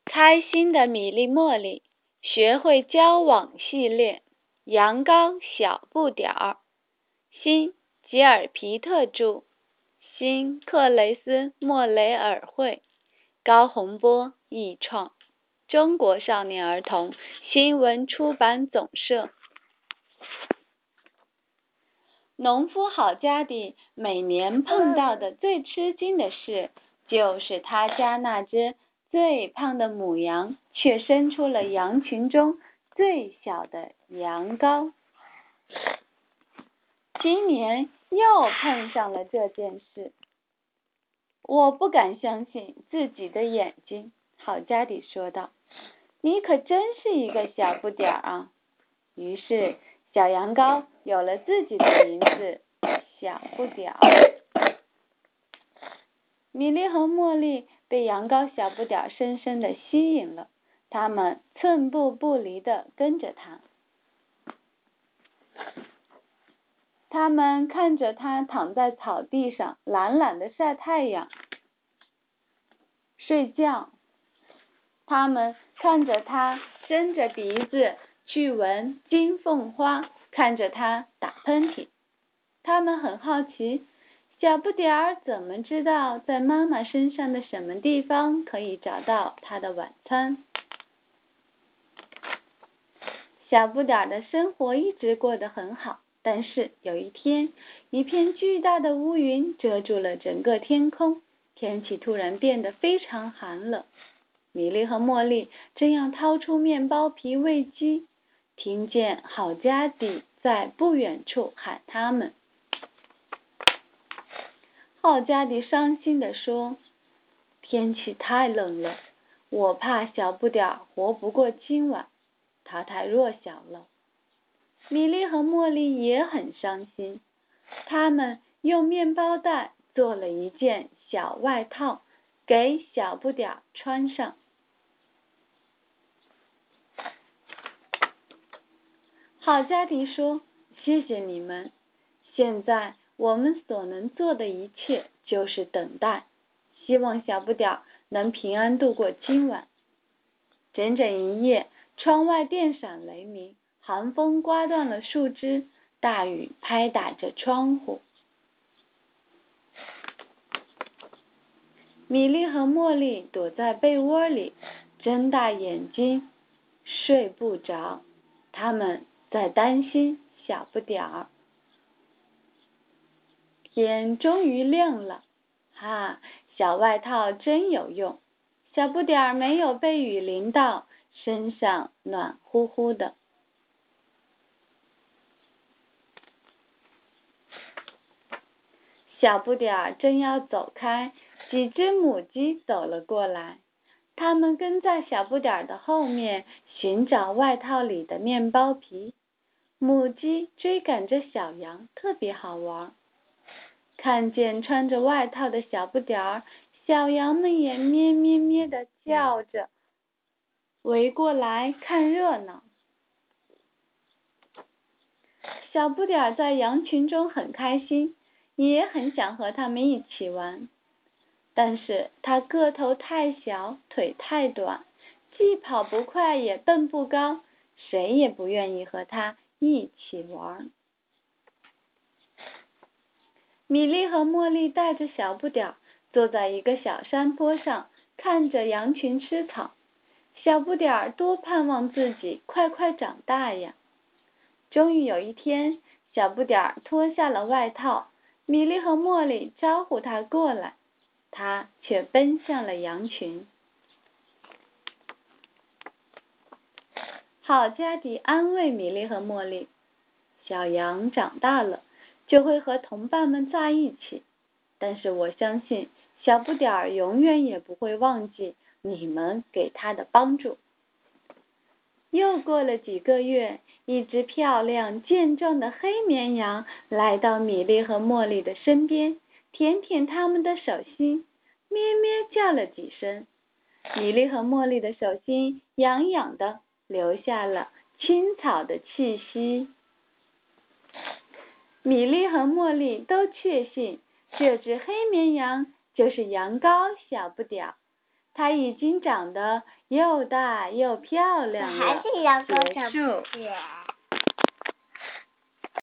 开心的米粒茉莉学会交往系列，羊羔小不点儿，新吉尔皮特著，新克雷斯莫雷尔绘，高洪波译创，中国少年儿童新闻出版总社。农夫好家底每年碰到的最吃惊的事，就是他家那只最胖的母羊却生出了羊群中最小的羊羔。今年又碰上了这件事，我不敢相信自己的眼睛，好家底说道，你可真是一个小不点儿啊。于是小羊羔有了自己的名字，小不点儿。米莉和茉莉被羊羔小不点儿深深地吸引了，他们寸步不离地跟着他。他们看着他躺在草地上懒懒地晒太阳睡觉，他们看着他伸着鼻子去闻金凤花，看着他打喷嚏。他们很好奇，小不点儿怎么知道在妈妈身上的什么地方可以找到他的晚餐。小不点儿的生活一直过得很好，但是有一天，一片巨大的乌云遮住了整个天空，天气突然变得非常寒冷。米莉和茉莉正要掏出面包皮喂鸡，听见好家底在不远处喊他们。好家底伤心地说，天气太冷了，我怕小不点儿活不过今晚，他太弱小了。米莉和茉莉也很伤心，他们用面包袋做了一件小外套给小不点儿穿上。好家底说，谢谢你们，现在我们所能做的一切就是等待，希望小不点儿能平安度过今晚。整整一夜，窗外电闪雷鸣，寒风刮断了树枝，大雨拍打着窗户。米莉和茉莉躲在被窝里，睁大眼睛睡不着，他们在担心小不点儿。天终于亮了，哈，小外套真有用，小不点儿没有被雨淋到，身上暖乎乎的。小不点儿正要走开，几只母鸡走了过来，它们跟在小不点儿的后面，寻找外套里的面包皮。母鸡追赶着小羊，特别好玩。看见穿着外套的小不点儿，小羊们也咩咩咩地叫着，围过来看热闹。小不点儿在羊群中很开心，也很想和他们一起玩，但是他个头太小，腿太短，既跑不快也蹦不高，谁也不愿意和他一起玩。米莉和茉莉带着小不点儿坐在一个小山坡上，看着羊群吃草。小不点儿多盼望自己快快长大呀！终于有一天，小不点儿脱下了外套，米莉和茉莉招呼他过来，他却奔向了羊群。好家底安慰米莉和茉莉，小羊长大了就会和同伴们在一起，但是我相信小不点儿永远也不会忘记你们给他的帮助。又过了几个月，一只漂亮健壮的黑绵羊来到米莉和茉莉的身边，舔舔他们的手心，咩咩叫了几声。米莉和茉莉的手心痒痒的，留下了青草的气息。米莉和茉莉都确信这只黑绵羊就是羊羔小不点儿， 它已经长得又大又漂亮了。 还是要多长结束。